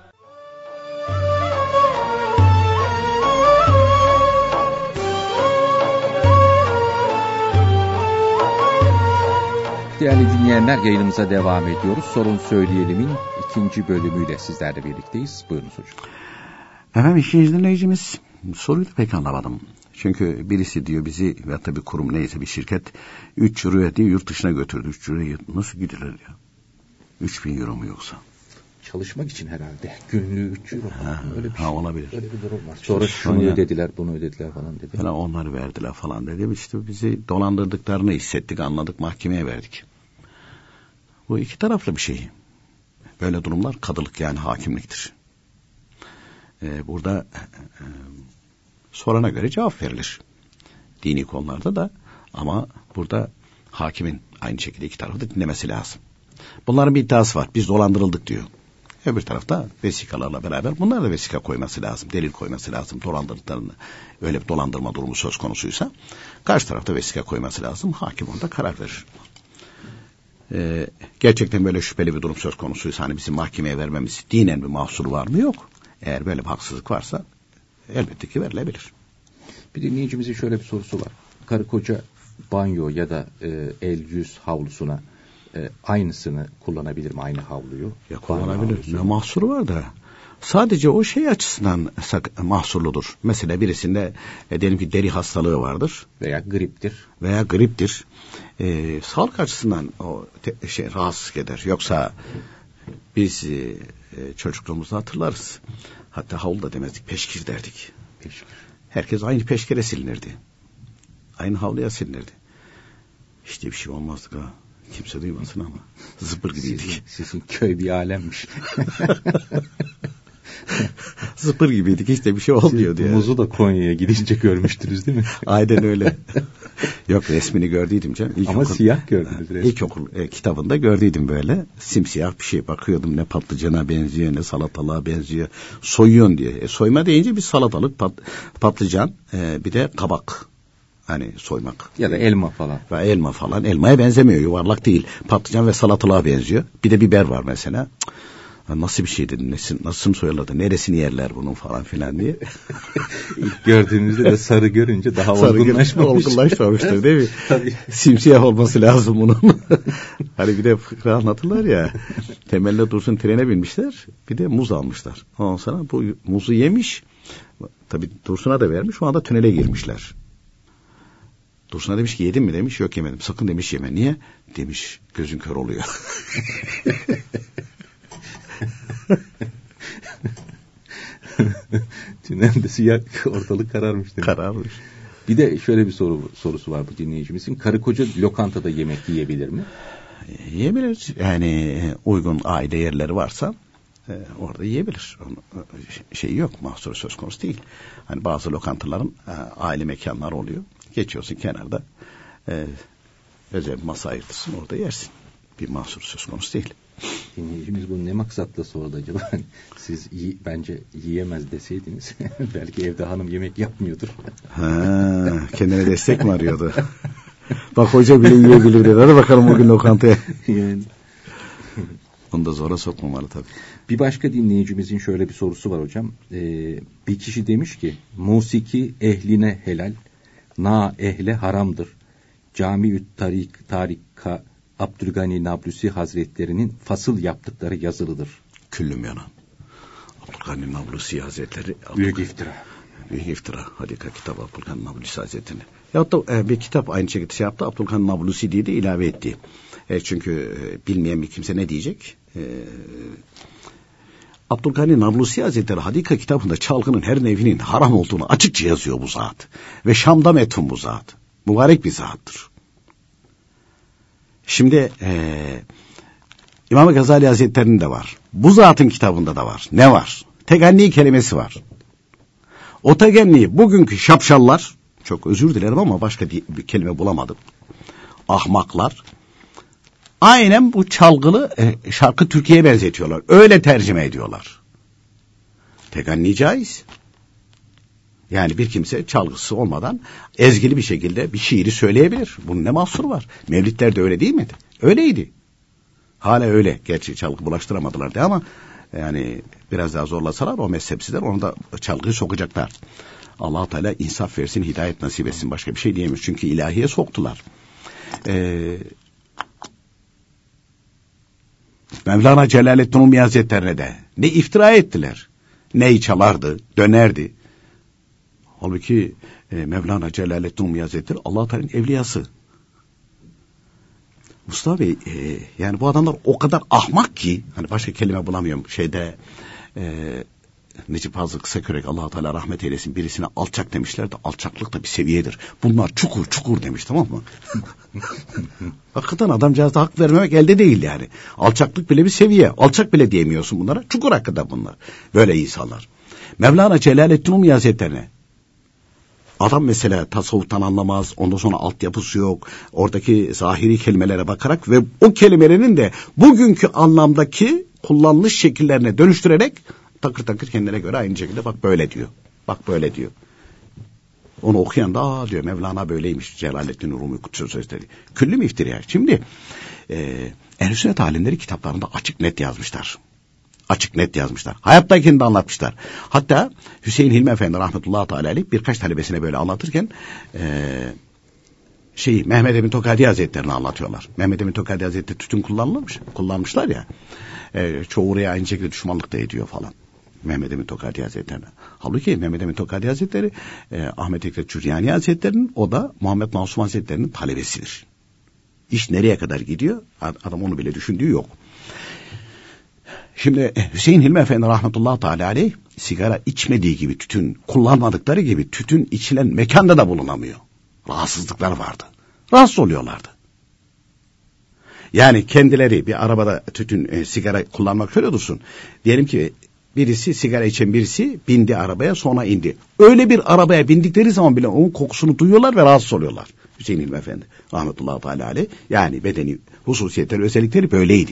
Değerli dinleyenler, yayınımıza devam ediyoruz. Sorun Söyleyelim'in 2. bölümüyle sizlerle birlikteyiz. Buyurunuz hocam. Efendim, ikinci dinleyicimiz soruyu da pek anlamadım. Çünkü birisi diyor bizi ve tabii kurum neyse bir şirket 3 euroya diye yurt dışına götürdü. 3 euroya nasıl gidilir ya? 3.000 euro mu yoksa? Çalışmak için herhalde. Günlüğü 3 euro. Öyle bir şey. Olabilir. Öyle bir durum var. Sonra şunu ödediler, bunu ödediler falan dedi. Falan onları verdiler falan dedi. İşte bizi dolandırdıklarını hissettik, anladık, mahkemeye verdik. Bu iki taraflı bir şey. Böyle durumlar kadılık, yani hakimliktir. Burada sorana göre cevap verilir. Dini konularda da, ama burada hakimin aynı şekilde iki tarafı da dinlemesi lazım. Bunların bir iddiası var. Biz dolandırıldık diyor. Öbür tarafta vesikalarla beraber bunlar da vesika koyması lazım. Delil koyması lazım. Dolandırdıklarını, öyle bir dolandırma durumu söz konusuysa karşı tarafta vesika koyması lazım. Hakim onda karar verir. Gerçekten böyle şüpheli bir durum söz konusuysa, hani bizim mahkemeye vermemiz dinen bir mahsuru var mı? Yok. Eğer böyle bir haksızlık varsa elbette ki verilebilir. Bir dinleyicimizin şöyle bir sorusu var. Karı koca banyo ya da el yüz havlusuna aynısını kullanabilir mi, aynı havluyu? Ya kullanabilir. Ne mahsuru var da. Sadece o şey açısından mahsurludur. Mesela birisinde diyelim ki deri hastalığı vardır. Veya griptir. Sağlık açısından o rahatsızlık eder. Yoksa biz çocukluğumuzda hatırlarız. Hatta havlu da demezdik, peşkir derdik. Peşkir. Herkes aynı peşkire silinirdi. Aynı havluya silinirdi. Hiç de bir şey olmazdı ha. Kimse duymasın ama. Zıpır gibiydik. Sizin köy bir alemmiş. Zıpır gibiydik, hiç de bir şey olmuyordu yani. Muzu da Konya'ya gidince görmüştünüz değil mi? Aynen öyle. Yok, resmini gördüydüm canım. Ama siyah gördünüz resmi. İlkokul kitabında gördüydüm böyle. Simsiyah bir şey, bakıyordum ne patlıcana benziyor ne salatalığa benziyor. Soyuyorsun diye. Soyma deyince bir salatalık, patlıcan, bir de kabak. Hani soymak. Ya da elma falan. Ve elma falan. Elmaya benzemiyor, yuvarlak değil. Patlıcan ve salatalığa benziyor. Bir de biber var mesela. Nasıl bir şey dedin, nasıl soyarlar, neresini yerler bunun falan filan diye. İlk gördüğünüzde de sarı görünce daha olgunlaşmamıştır değil mi? Tabii. Simsiyah olması lazım bunun. Hani bir de fıkra anlatırlar ya, Temelde Dursun trene binmişler, bir de muz almışlar. Ondan sonra bu muzu yemiş, tabii Dursun'a da vermiş, o anda tünele girmişler. Dursun'a demiş ki yedin mi demiş, yok yemedim. Sakın demiş yeme. Niye? Demiş gözün kör oluyor. Tünelde siyah, ortalık kararmış demek. Kararmış. Bir de şöyle bir sorusu var bu dinleyicimizin. Karı koca lokantada yemek yiyebilir mi? Yiyebilir. Yani uygun aile yerleri varsa orada yiyebilir. Şey yok, mahsuru söz konusu değil. Hani bazı lokantaların aile mekanları oluyor. Geçiyorsun kenarda, özel bir masa ayırtırsın, orada yersin. Bir mahsuru söz konusu değil. Dinleyicimiz bunu ne maksatla sordu acaba? Siz bence yiyemez deseydiniz belki evde hanım yemek yapmıyordur. Kendine destek mi arıyordu? Bak hoca bile yiyebilir dedi. Hadi bakalım bugün lokantaya. Yani. Onu da zora sokmamalı tabii. Bir başka dinleyicimizin şöyle bir sorusu var hocam. Bir kişi demiş ki musiki ehline helal, na ehle haramdır. Cami-ü Tarika Abdülgani Nablusi Hazretlerinin fasıl yaptıkları yazılıdır. Küllüm yana. Abdülgani Nablusi Hazretleri. Büyük iftira. Büyük iftira. Hadika kitabı Abdülgani Nablusi Hazretleri. Ya da bir kitap aynı şekilde yaptı. Abdülgani Nablusi diye de ilave etti. Çünkü bilmeyen bir kimse ne diyecek? Abdülgani Nablusi Hazretleri Hadika kitabında çalgının her nevinin haram olduğunu açıkça yazıyor bu zat. Ve Şam'da metfun bu zat. Mübarek bir zattır. Şimdi İmam Gazali Hazretleri'nin de var. Bu zatın kitabında da var. Ne var? Teganni kelimesi var. O teganni bugünkü şapşallar, çok özür dilerim ama başka bir kelime bulamadım. Ahmaklar. Aynen bu çalgılı şarkı Türkiye'ye benzetiyorlar. Öyle tercüme ediyorlar. Teganni caiz. Yani bir kimse çalgısı olmadan ezgili bir şekilde bir şiiri söyleyebilir. Bunun ne mahsuru var? Mevlidler de öyle değil miydi? Öyleydi. Hala öyle. Gerçi çalgı bulaştıramadılar diye ama yani biraz daha zorlasalar o mezhepsizler onu da çalgıyı sokacaklar. Allah Teala insaf versin, hidayet nasip etsin. Başka bir şey diyemiyoruz. Çünkü ilahiye soktular. Mevlana Celaleddin Rumi Hazretlerine de ne iftira ettiler. Neyi çalardı, dönerdi. Halbuki Mevlana Celaleddin Rumi Hazretleri Allah Teala'nın evliyası. Mustafa Bey, yani bu adamlar o kadar ahmak ki, hani başka kelime bulamıyorum. Necip Fazıl Kısakürek Allah Teala rahmet eylesin, birisine alçak demişler de alçaklık da bir seviyedir. Bunlar çukur çukur demiş, tamam mı? Hakikaten adamcağıza hak vermemek elde değil yani. Alçaklık bile bir seviye. Alçak bile diyemiyorsun bunlara. Çukur hakikaten bunlar. Böyle insanlar. Mevlana Celaleddin Rumi Hazretlerine adam mesela tasavvuftan anlamaz, ondan sonra altyapısı yok, oradaki zahiri kelimelere bakarak ve o kelimelerin de bugünkü anlamdaki kullanılış şekillerine dönüştürerek takır takır kendine göre aynı şekilde bak böyle diyor, bak böyle diyor. Onu okuyan da diyor Mevlana böyleymiş, Celaleddin Rumi Kutsu Sözleri. Küllü mü iftira? Şimdi Ehl-i Sünnet alimleri kitaplarında açık net yazmışlar. Açık net yazmışlar. Hayattakini de anlatmışlar. Hatta Hüseyin Hilmi Efendi rahmetullahi teala aleyh birkaç talebesine böyle anlatırken Mehmet Emin Tokadi Hazretleri'ni anlatıyorlar. Mehmet Emin Tokadi Hazretleri tütün kullanmışlar ya. Çoğu oraya aynı şekilde düşmanlık da ediyor falan. Mehmet Emin Tokadi Hazretleri'ne. Halbuki Mehmet Emin Tokadi Hazretleri Ahmet Ekret Cüryani Hazretleri'nin, o da Muhammed Masum Hazretleri'nin talebesidir. İş nereye kadar gidiyor? Adam onu bile düşündüğü yok. Şimdi Hüseyin Hilmi Efendi rahmetullahi teala aleyh sigara içmediği gibi, tütün kullanmadıkları gibi tütün içilen mekanda da bulunamıyor. Rahatsızlıklar vardı. Rahatsız oluyorlardı. Yani kendileri bir arabada tütün, sigara kullanmak şöyle dursun. Diyelim ki birisi sigara içen birisi bindi arabaya, sonra indi. Öyle bir arabaya bindikleri zaman bile onun kokusunu duyuyorlar ve rahatsız oluyorlar. Hüseyin Hilmi Efendi rahmetullahi teala aleyh. Yani bedeni hususiyetleri, özellikleri böyleydi.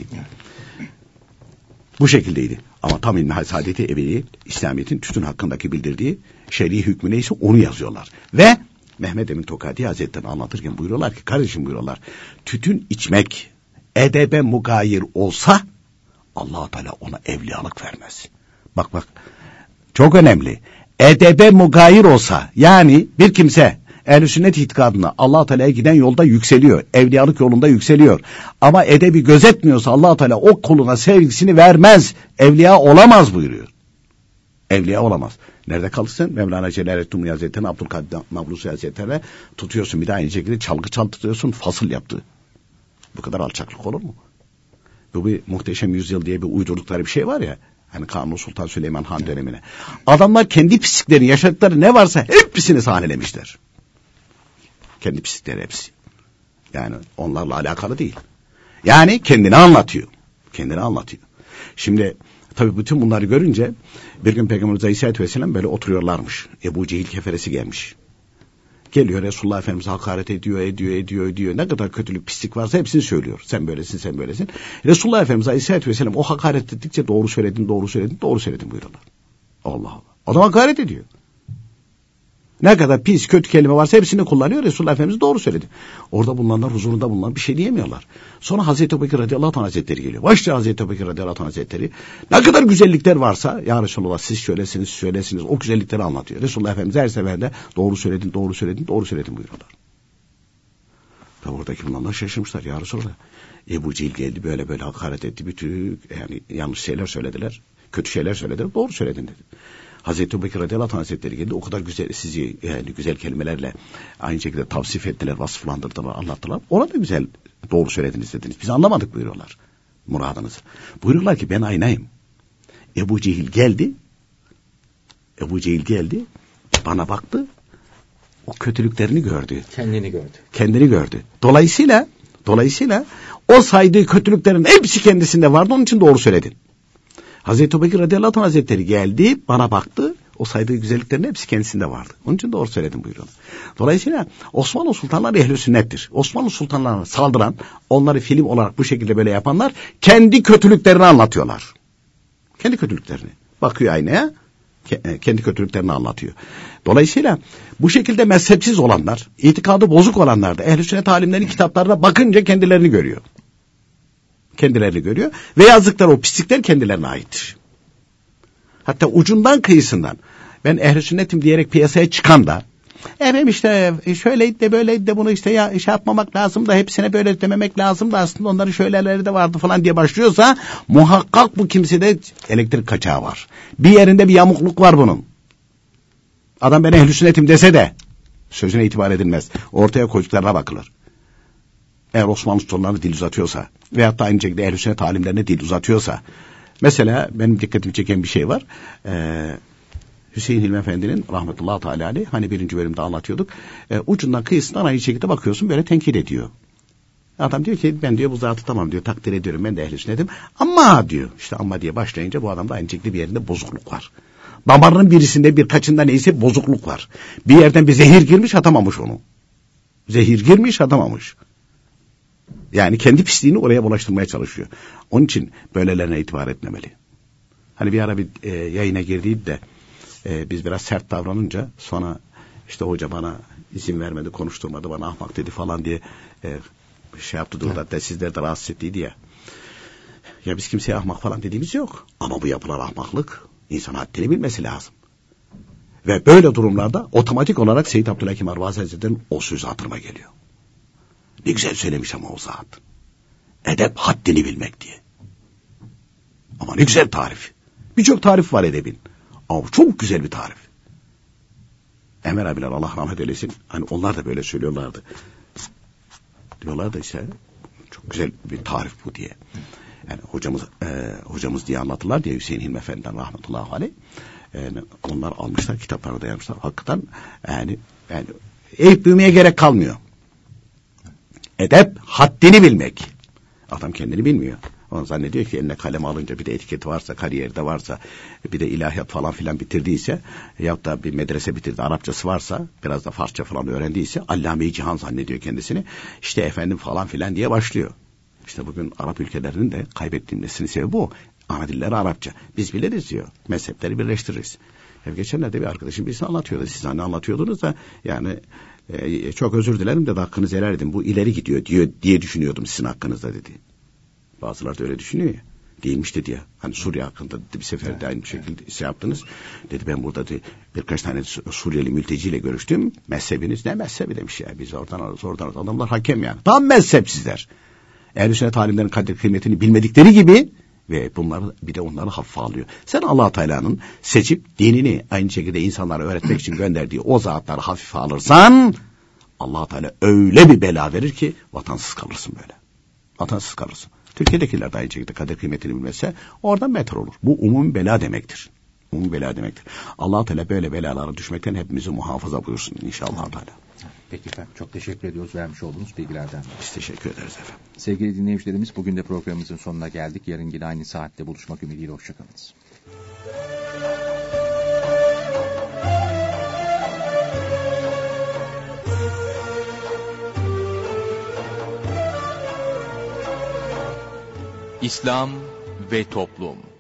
Bu şekildeydi. Ama tam ilmi saadeti ebedi, İslamiyet'in tütün hakkındaki bildirdiği şer'i hükmü neyse onu yazıyorlar. Ve Mehmet Emin Tokadi Hazretleri'ni anlatırken buyuruyorlar ki, kardeşim buyuruyorlar, tütün içmek edebe mugayir olsa Allah Teala ona evliyalık vermez. Bak çok önemli. Edebe mugayir olsa, yani bir kimse Ehl-i Sünnet itikadına Allah Teala'ya giden yolda yükseliyor, evliyalık yolunda yükseliyor. Ama edebi gözetmiyorsa Allah Teala o kuluna sevgisini vermez, evliya olamaz buyuruyor. Evliya olamaz. Nerede kalırsın? Mevlana Celaleddin Rumi Hazretleri'ne, Abdülkadir Nablusi Hazretleri'ne tutuyorsun, bir de aynı şekilde çalgı çaldırıyorsun, fasıl yaptı. Bu kadar alçaklık olur mu? Bu bir Muhteşem Yüzyıl diye bir uydurdukları bir şey var ya, hani Kanuni Sultan Süleyman Han dönemine. Adamlar kendi pisliklerini, yaşadıkları ne varsa hepsini sahnelemişler. Kendi pislikleri hepsi. Yani onlarla alakalı değil. Yani kendini anlatıyor. Kendini anlatıyor. Şimdi tabii bütün bunları görünce bir gün Peygamberimiz Aleyhisselatü Vesselam böyle oturuyorlarmış. Ebu Cehil keferesi gelmiş. Geliyor Resulullah Efendimiz'e hakaret ediyor. Ne kadar kötülük, pislik varsa hepsini söylüyor. Sen böylesin, sen böylesin. Resulullah Efendimiz Aleyhisselatü Vesselam o hakaret ettikçe doğru söyledin buyuruyorlar. Allah Allah. Adam hakaret ediyor. Ne kadar pis, kötü kelime varsa hepsini kullanıyor. Resulullah Efendimiz doğru söyledi. Orada bulunanlar, huzurunda bulunan bir şey diyemiyorlar. Sonra Hazreti Ebubekir radıyallahu anh hazretleri geliyor. Başlıyor Hazreti Ebubekir radıyallahu anh hazretleri. Ne kadar güzellikler varsa, ya Resulullah siz söylesiniz, o güzellikleri anlatıyor. Resulullah Efendimiz her seferinde doğru söyledin buyuruyorlar. Ve oradaki bulunanlar şaşırmışlar. Ya Resulullah, Ebu Cehil geldi böyle hakaret etti. Bütün yani yanlış şeyler söylediler. Kötü şeyler söylediler. Doğru söyledin dedi. Hazreti Ebubekir radıyallahu anh hazretleri geldi. O kadar güzel, sizi yani güzel kelimelerle aynı şekilde tavsif ettiler, vasıflandırdılar, anlattılar. Ona da güzel Doğru söylediniz dediniz. Biz anlamadık buyuruyorlar muradınızı. Buyuruyorlar ki ben aynayım. Ebu Cehil geldi. Bana baktı. O kötülüklerini gördü. Kendini gördü. Dolayısıyla o saydığı kötülüklerin hepsi kendisinde vardı. Onun için doğru söyledin. Hazreti Ebubekir radıyallahu anh hazretleri geldi, bana baktı. O saydığı güzelliklerin hepsi kendisinde vardı. Onun için doğru söyledim buyuruyor. Dolayısıyla Osmanlı sultanları ehl-i sünnettir. Osmanlı sultanlarına saldıran, onları film olarak bu şekilde böyle yapanlar kendi kötülüklerini anlatıyorlar. Kendi kötülüklerini. Bakıyor aynaya, kendi kötülüklerini anlatıyor. Dolayısıyla bu şekilde mezhepsiz olanlar, itikadı bozuk olanlar da ehl-i sünnet alimlerinin kitaplarına bakınca kendilerini görüyor. Ve yazdıkları o pislikler kendilerine aittir. Hatta ucundan kıyısından ben ehl-i sünnetim diyerek piyasaya çıkan da efendim işte şöyleydi de böyleydi de bunu işte ya şey yapmamak lazım da hepsine böyle dememek lazım da aslında onların şöyleleri de vardı falan diye başlıyorsa muhakkak bu kimsede elektrik kaçağı var. Bir yerinde bir yamukluk var bunun. Adam ben ehl-i sünnetim dese de sözüne itibar edilmez. Ortaya koyduklarına bakılır. Eğer Osmanlı sultanları dil uzatıyorsa veyahut da aynı şekilde ehl-i sünnet alimlerine dil uzatıyorsa, mesela benim dikkatimi çeken bir şey var. Hüseyin Hilmi Efendi'nin rahmetullahi teala aleyh, hani birinci bölümde anlatıyorduk. Ucundan kıyısından aynı şekilde bakıyorsun, böyle tenkit ediyor. Adam diyor ki ben diyor bu zatı tamam diyor, takdir ediyorum, ben de ehl-i sünnetim. Ama diyor, işte ama diye başlayınca bu adamda aynı şekilde bir yerinde bozukluk var. Damarının birisinde birkaçında neyse bozukluk var. Bir yerden bir zehir girmiş, atamamış onu. Yani kendi pisliğini oraya bulaştırmaya çalışıyor. Onun için böylelerine itibar etmemeli. Hani bir ara bir yayına girdiydi de biz biraz sert davranınca sonra işte hoca bana izin vermedi, konuşturmadı, bana ahmak dedi falan diye şey yaptı durdu. Hatta sizler de rahatsız ettiydi ya. Ya biz kimseye ahmak falan dediğimiz yok. Ama bu yapılan ahmaklık, insan haddini bilmesi lazım. Ve böyle durumlarda otomatik olarak Seyyid Abdülhakim Arvazi Hazretleri'nin o sözü hatırıma geliyor. Ne güzel söylemiş ama o zat. Edep haddini bilmek diye. Ama ne güzel tarif. Birçok tarif var edebin. Ama çok güzel bir tarif. Enver abiler Allah rahmet eylesin. Hani onlar da böyle söylüyorlardı. Diyorlardı işte çok güzel bir tarif bu diye. Yani hocamız diye anlatırlar diye Hüseyin Hilmi Efendi'den rahmetullahi aleyh. Onlar almışlar, kitaplarına dayanmışlar. Hakikaten yani eğip büyümeye gerek kalmıyor. Edep haddini bilmek. Adam kendini bilmiyor. Onu zannediyor ki eline kalem alınca bir de etiketi varsa, kariyerde varsa, bir de ilahiyat falan filan bitirdiyse yahut da bir medrese bitirdi, Arapçası varsa, biraz da Farsça falan öğrendiyse Allame-i Cihan zannediyor kendisini. İşte efendim falan filan diye başlıyor. İşte bugün Arap ülkelerinin de kaybettiğimizin sebebi bu. Ana dilleri Arapça. Biz biliriz diyor. Mezhepleri birleştiririz. Geçenlerde bir arkadaşım birisi anlatıyordu. Siz hani anlatıyordunuz da yani çok özür dilerim de hakkınızı helal edin. Bu ileri gidiyor diye düşünüyordum sizin hakkınızda dedi. Bazıları da öyle düşünüyor ya. Değilmiş dedi ya. Hani Suriye hakkında dedi, bir seferde aynı şekilde şey yaptınız. Dedi ben burada birkaç tane Suriyeli mülteciyle görüştüm. Mezhebiniz ne mezhebi demiş ya. Biz oradan alırız. Adamlar hakem yani. Tam mezhepsizler. Ehl-i sünnet alimlerin kadir kıymetini bilmedikleri gibi ve bunları bir de onları hafife alıyor. Sen Allah Teala'nın seçip dinini aynı şekilde insanlara öğretmek için gönderdiği o zatları hafife alırsan Allah Teala öyle bir bela verir ki vatansız kalırsın böyle. Vatansız kalırsın. Türkiye'dekiler de aynı şekilde kadir kıymetini bilmezse oradan beter olur. Bu umumi bela demektir. Umumi bela demektir. Allah Teala böyle belalara düşmekten hepimizi muhafaza buyursun inşallah Teala. Peki efendim, çok teşekkür ediyoruz vermiş olduğunuz bilgilerden. Biz teşekkür ederiz efendim. Sevgili dinleyicilerimiz, bugün de programımızın sonuna geldik. Yarın yine aynı saatte buluşmak ümidiyle hoşçakalınız. İslam ve Toplum.